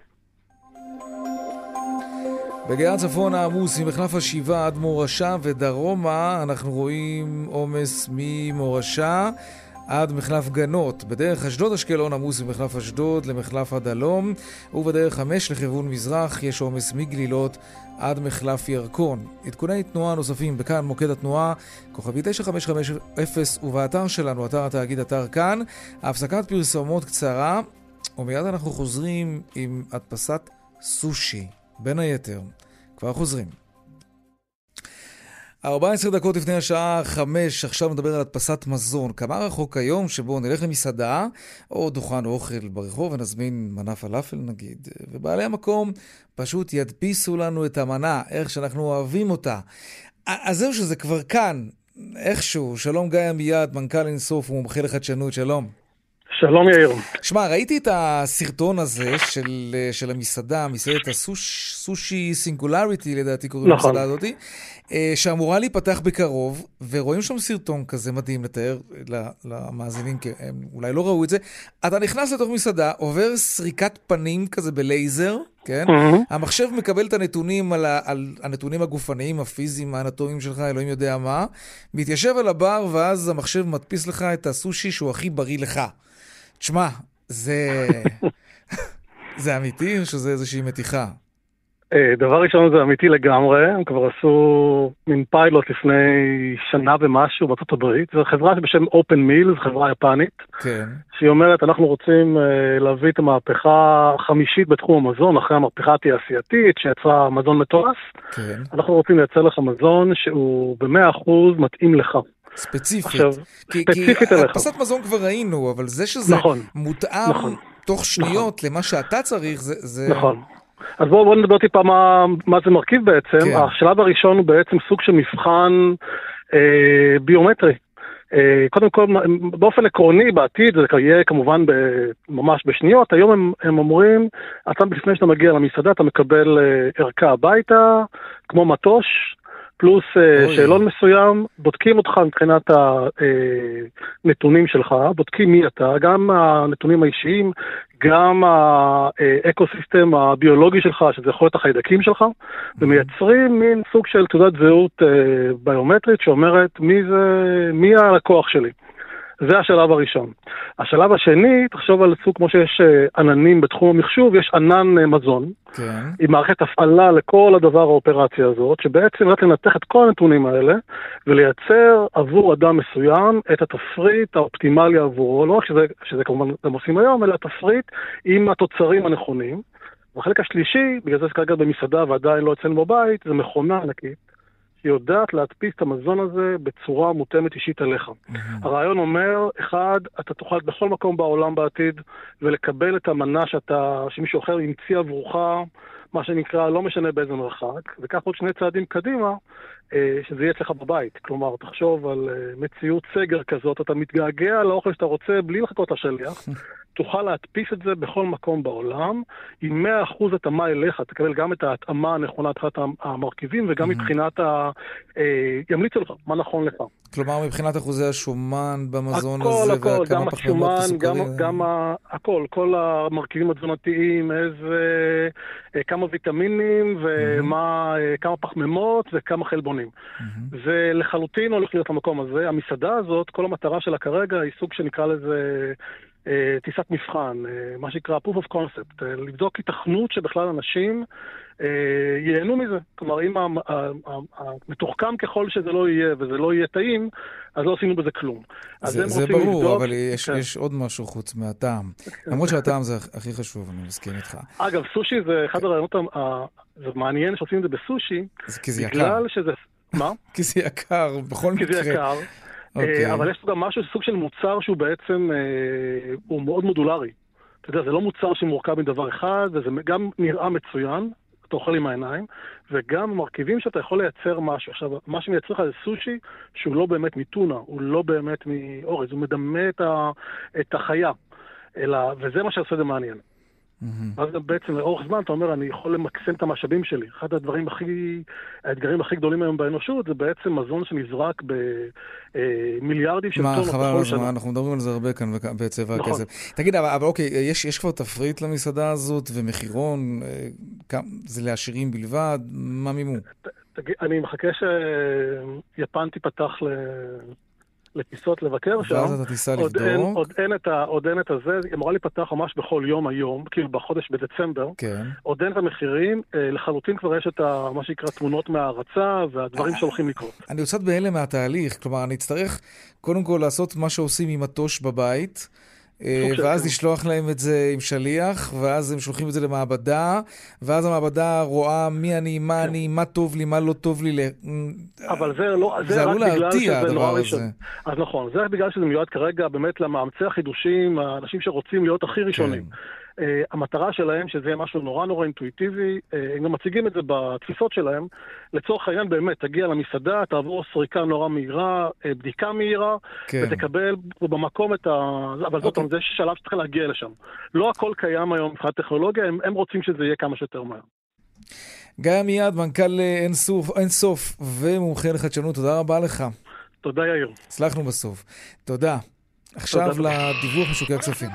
בגאה צפון העמוס ממחלף השבעה עד מורשה ודרומה אנחנו רואים עומס ממורשה עד מחלף גנות. בדרך אשדוד אשקלון עמוס ממחלף אשדוד למחלף הדלום, ובדרך 5 לכיוון מזרח יש עומס מגלילות עד מחלף ירקון. עדכוני תנועה נוספים בכאן מוקד התנועה כוכבי 9550 ובאתר שלנו, אתר התאגיד, אתר כאן. הפסקת פרסומות קצרה ומיד אנחנו חוזרים עם הדפסת סושי בין היתר. כבר חוזרים. 14 דקות לפני השעה 5, עכשיו נדבר על הדפסת מזון. כמה רחוק היום שבו נלך למסעדה או דוכן אוכל ברחוב ונזמין מנה פלאפל נגיד, ובעלי המקום פשוט ידפיסו לנו את המנה, איך שאנחנו אוהבים אותה. אז זהו שזה כבר כאן, איכשהו. שלום גיא עמיעד, מנכ"ל אינסוף ומומחה לחדשנות, שלום. שלום יאיר. שמע, ראיתי את הסרטון הזה של המסעדה, מסעדת הסושי סינגולריטי, לדעתי קוראים למסעדה הזאת, שאמורה להיפתח בקרוב, ורואים שם סרטון כזה מדהים לתאר למאזינים, כי הם אולי לא ראו את זה. אתה נכנס לתוך מסעדה, עובר סריקת פנים כזה בלייזר, כן? המחשב מקבל את הנתונים על הנתונים הגופניים, הפיזיים, האנטומיים שלך, אלוהים יודע מה, מתיישב על הבר, ואז המחשב מדפיס לך את הסושי שהוא הכי בריא לך. תשמע, זה אמיתי או שזה איזושהי מתיחה? דבר ראשון זה אמיתי לגמרי, הם כבר עשו מין פיילוט לפני שנה ומשהו בארצות הברית, זו חברה בשם Open Meal, זו חברה יפנית, שהיא אומרת אנחנו רוצים להביא את המהפכה החמישית בתחום המזון, אחרי המהפכה התעשייתית שיצרה מזון מטורף, אנחנו רוצים לייצר לך מזון שהוא ב100% מתאים לך. ספציפית. כי הדפסת מזון כבר ראינו, אבל זה שזה מותאם תוך שניות למה שאתה צריך, זה... נכון. אז בואו נדבר טיפה מה זה מרכיב בעצם. השלב הראשון הוא בעצם סוג של מבחן ביומטרי. קודם כל, באופן עקרוני, בעתיד, זה יהיה כמובן ממש בשניות. היום הם אומרים, לפני שאתה מגיע למסעדה, אתה מקבל ערכה הביתה, כמו מטוש, פלוס שאלון מסוים, בודקים אותך מבחינת הנתונים שלך, בודקים מי אתה, גם הנתונים האישיים, גם האקוסיסטם הביולוגי שלך, שזה יכול להיות החיידקים שלך, ומייצרים מין סוג של תעודת זהות ביומטרית שאומרת מי הלקוח שלי. זה השלב הראשון. השלב השני, תחשוב על סוג כמו שיש עננים בתחום המחשוב, יש ענן מזון, עם מערכת הפעלה לכל הדבר האופרציה הזאת, שבעצם רק לנתח את כל הנתונים האלה, ולייצר עבור אדם מסוים את התפריט האופטימלי עבורו, לא רק שזה כמובן הם עושים היום, אלא התפריט עם התוצרים הנכונים. והחלק השלישי, בגלל זה כרגע במסעדה ועדיין לא אצלנו בבית, זה מכונה ענקית. שיודעת להדפיס את המזון הזה בצורה מותאמת אישית עליך. הרעיון אומר, אחד, אתה תוכל בכל מקום בעולם בעתיד, ולקבל את המנה שמישהו אחר ימציא עבורך, מה שנקרא, לא משנה באיזה מרחק, וכך עוד שני צעדים קדימה, שזה יהיה אצלך בבית. כלומר, תחשוב על מציאות סגר כזאת, אתה מתגעגע לאוכל שאתה רוצה בלי לחכות לשליח, תוכל להדפיס את זה בכל מקום בעולם, עם 100% התאמה אליך, תקבל גם את ההתאמה הנכונה מבחינת המרכיבים, וגם מבחינת ימליצו לך, מה נכון לך. כלומר, מבחינת אחוזי השומן במזון הזה, הכל, גם השומן, גם הכל, כל המרכיבים התזונתיים, כמה ויטמינים, וכמה פחמימות, וכמה חלבונים. זה לחלוטין הולך להיות למקום הזה. המסעדה הזאת, כל המטרה שלה כרגע, היא סוג שנקרא לזה טיסת מבחן, מה שנקרא proof of concept, לבדוק התכנות שבכלל אנשים ייהנו מזה. כלומר, אם מתוחכם ככל שזה לא יהיה, וזה לא יהיה טעים, אז לא עשינו בזה כלום. זה ברור, אבל יש עוד משהו חוץ מהטעם. למרות שהטעם זה הכי חשוב, אני מסכים איתך. אגב, סושי זה אחד הרעיונות, זה מעניין שעושים את זה בסושי, בגלל שזה... מה? כי זה יקר, בכל מקרה. כי זה יקר. אבל יש גם משהו, סוג של מוצר שהוא בעצם, הוא מאוד מודולרי. אתה יודע, זה לא מוצר שמורכב מדבר אחד, וזה גם נראה מצוין, אתה אוכל עם העיניים, וגם מרכיבים שאתה יכול לייצר משהו. עכשיו, מה שמייצר לך זה סושי, שהוא לא באמת מטונה, הוא לא באמת מאורז, הוא מדמה את החיה. וזה מה שעושה זה מעניין. אז גם בעצם לאורך זמן אתה אומר, אני יכול למקסם את המשאבים שלי. אחד האתגרים הכי גדולים היום באנושות, זה בעצם מזון שנזרק במיליארדים של טונות בכל שנה. אנחנו מדברים על זה הרבה כאן בצבע הכסף. תגיד, אבל אוקיי, יש כבר תפריט למסעדה הזאת ומחירון, זה לעשירים בלבד, מה מימו? אני מחכה שיפן תיפתח לטיסות לבקר שם. ואז אתה תיסע לבדוק. עוד אין את הזה, היא אמורה להיפתח ממש בכל יום היום, כאילו בחודש בדצמבר. כן. עוד אין את המחירים, לחלוטין כבר יש את מה שנקרא תמונות מההרצה, והדברים שהולכים לקרות. אני יוצאת בהלם מהתהליך, כלומר, אני אצטרך קודם כל לעשות מה שעושים עם מטוש בבית, ואז לשלוח להם את זה עם שליח, ואז הם שולחים את זה למעבדה, ואז המעבדה רואה מי אני, מה אני, מה טוב לי, מה לא טוב לי. אבל זה רק בגלל שזה נורא ראשון. אז נכון, זה רק בגלל שזה מיועד כרגע באמת למאמצי החידושים, האנשים שרוצים להיות הכי ראשונים. המטרה שלהם שזה יהיה משהו נורא נורא אינטואיטיבי, הם גם מציגים את זה בתפיסות שלהם, לצורך העניין באמת, תגיע למסעדה, תעבור סריקה נורא מהירה, בדיקה מהירה, ותקבל במקום את אבל זאת אומרת, זה שלב שצריך להגיע לשם. לא הכל קיים היום מבחינת טכנולוגיה, הם רוצים שזה יהיה כמה שיותר מהר. גיא עמיעד, מנכ"ל אינסוף ומומחה לחדשנות, תודה רבה לך. תודה יאיר. הצלחנו בסוף. תודה. עכשיו לדיווח משוקי הכספים.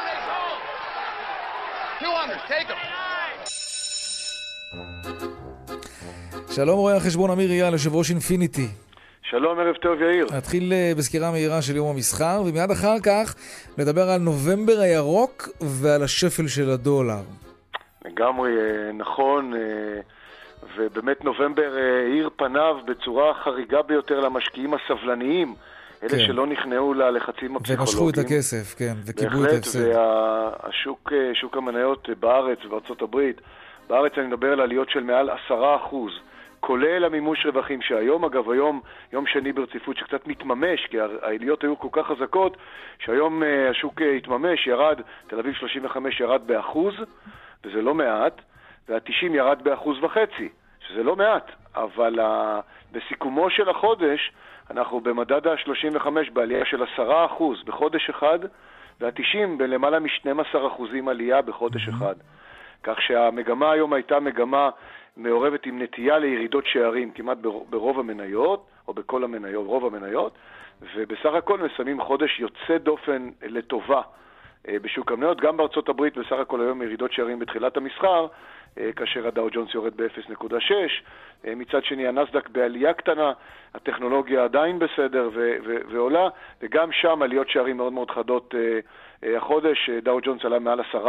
שלום רואה החשבון אמיר אייל, יושב ראש אינפיניטי. שלום, ערב טוב יאיר. נתחיל בסקירה מהירה של יום המסחר, ומיד אחר כך נדבר על נובמבר הירוק ועל השפל של הדולר. לגמרי נכון, ובאמת נובמבר האיר פניו בצורה חריגה ביותר למשקיעים הסבלניים, אלה שלא נכנעו ללחצים הפסיכולוגיים. ומשכו את הכסף, כן, וקיבלו את ההפסד. שוק המניות בארץ ובארצות הברית, בארץ אני מדבר על עליות של מעל 10%, כולל המימוש רווחים שהיום, אגב, היום יום שני ברציפות שקצת מתממש, כי העליות היו כל כך חזקות, שהיום השוק התממש, ירד, תל אביב 35 ירד ב1%, וזה לא מעט, וה-90 ירד ב1.5%, שזה לא מעט, אבל בסיכומו של החודש, אנחנו במדד ה-35 בעלייה של 10% בחודש אחד, וה-90 בלמעלה מ-12% עלייה בחודש אחד. כך שהמגמה היום הייתה מגמה מעורבת עם נטייה לירידות שערים כמעט ברוב המניות, או בכל המניות, רוב המניות, ובסך הכל מסיימים חודש יוצא דופן לטובה בשוק המניות. גם בארצות הברית בסך הכל היום ירידות שערים בתחילת המסחר, כאשר הדאו ג'ונס יורד ב-0.6, מצד שני הנסדק בעלייה קטנה, הטכנולוגיה עדיין בסדר ועולה, וגם שם עליות שערים מאוד מאוד חדות החודש, דאו ג'ונס עלה מעל 10%,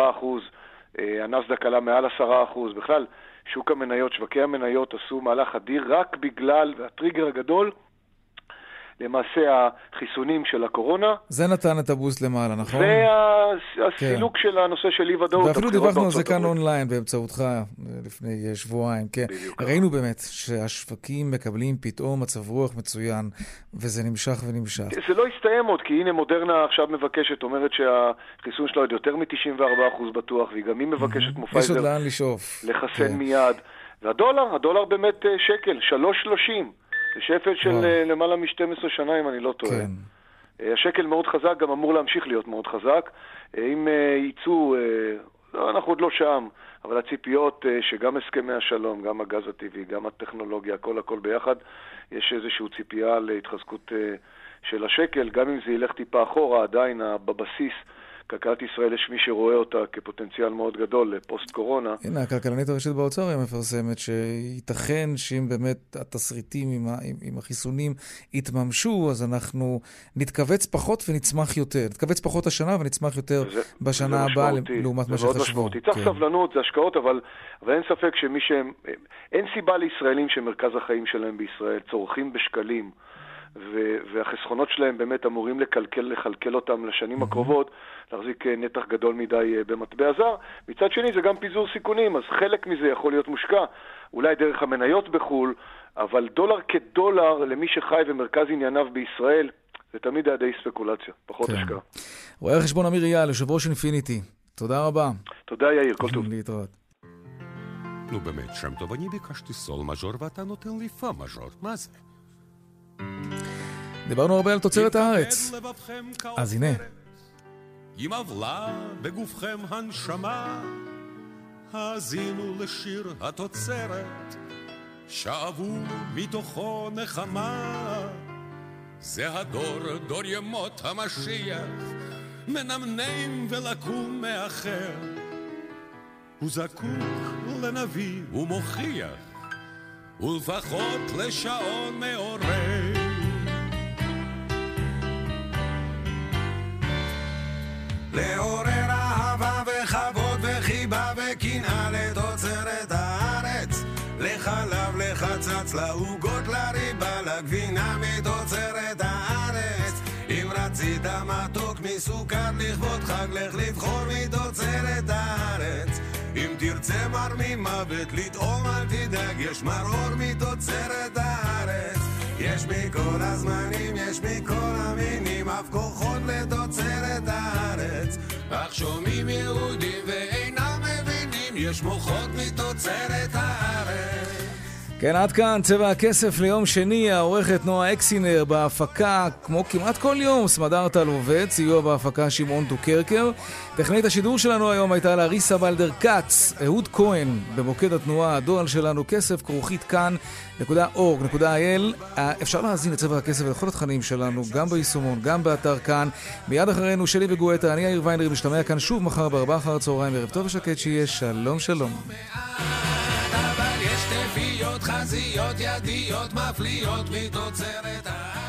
הנסדק עלה מעל 10%, בכלל שוק המניות, שווקי המניות עשו מהלך אדיר רק בגלל, והטריגר הגדול, למעשה החיסונים של הקורונה. זה נתן את הבוסט למעלה, נכון? זה הסילוק של הנושא של אי ודאות. ואפילו דיווחנו על זה כאן אונליין באמצעותך לפני שבועיים. כן. ראינו באמת שהשווקים מקבלים פתאום מצב רוח מצוין, וזה נמשך ונמשך. זה לא הסתיים עוד, כי הנה מודרנה עכשיו מבקשת, אומרת שהחיסון שלה עוד יותר מ-94% בטוח, והיא גם היא מבקשת מופייזר. יש עוד לאן לשאוף. לחסן מיד. והדולר באמת שקל, 3.30. זה שפל של למעלה מ-12 שנה, אם אני לא טועה. כן. השקל מאוד חזק, גם אמור להמשיך להיות מאוד חזק. אם ייצאו, אנחנו עוד לא שם, אבל הציפיות שגם הסכמי השלום, גם הגז הטבעי, גם הטכנולוגיה, הכל ביחד, יש איזושהי ציפייה להתחזקות של השקל, גם אם זה ילך טיפה אחורה, עדיין בבסיס, כלכלת ישראל יש מי שרואה אותה כפוטנציאל מאוד גדול לפוסט קורונה. הנה, הכלכלנית הראשית באוצר היא מפרסמת שייתכן שאם באמת התסריטים עם החיסונים יתממשו, אז אנחנו נתכווץ פחות ונצמח יותר. נתכווץ פחות השנה ונצמח יותר בשנה הבאה לעומת מה שחשבו. צריך סבלנות, זה השקעות, אבל אין ספק אין סיבה לישראלים שמרכז החיים שלהם בישראל צורכים בשקלים, והחסכונות שלהם באמת אמורים לכלכל אותם לשנים הקרובות, להחזיק נתח גדול מדי במטבע זר. מצד שני זה גם פיזור סיכונים, אז חלק מזה יכול להיות מושקע, אולי דרך המניות בחול, אבל דולר כדולר למי שחי ומרכז ענייניו בישראל, זה תמיד היה די ספקולציה, פחות השקעה. רואה החשבון אמיר אייל, יושב ראש אינפיניטי. תודה רבה. תודה יאיר, כל טוב. להתראות. נו באמת, שם טוב, אני ביקשתי סול מז'ור ואתה נותן לי פה מז'ור, מה זה? דיברנו הרבה על תוצרת הארץ. אז הנה. עם עבלה בגופכם הנשמה, האזינו לשיר התוצרת, שאבו מתוכו נחמה. זה הדור, דור ימות המשיח, מנמנם ולקום מאחר. הוא זקוק לנביא ומוכיח, ולפחות לשעון מעורר. לעורר אהבה וכבוד וחיבה וקנאה לתוצרת הארץ, לחלב, לחצץ, לעוגות, לריבה, לגבינה מתוצרת הארץ. אם רצית מתוק מסוכר לכבוד חג, לך לבחור מתוצרת הארץ. אם תרצה מר ממוות לטעום אל תדאג, יש מרור מתוצרת הארץ. יש מכל הזמנים, יש מכל המינים, אף כוחות לתוצרת הארץ. אך שומעים יהודים ואינם מבינים, יש מוחות מתוצרת הארץ. כן, עד כאן צבע הכסף ליום שני. העורכת נועה אקסינר, בהפקה כמו כמעט כל יום סמדר טל עובד, סיוע בהפקה שמעון דוקרקר. טכנית השידור שלנו היום הייתה לאריסה בלדר קץ. אהוד כהן במוקד התנועה. הדואל שלנו כסף כרוכית כאן.org.il. אפשר להזין את צבע הכסף ולכל התכנים שלנו גם ביישומון, גם באתר כאן. מיד אחרינו שלי וגואטה, אני יאיר ויינרב, משתמע כאן שוב מחר ב4 אחר הצהריים. ערב טוב ושקט שיהיה. שלום שלום. חזיות ידיות מפליאות מתוצרת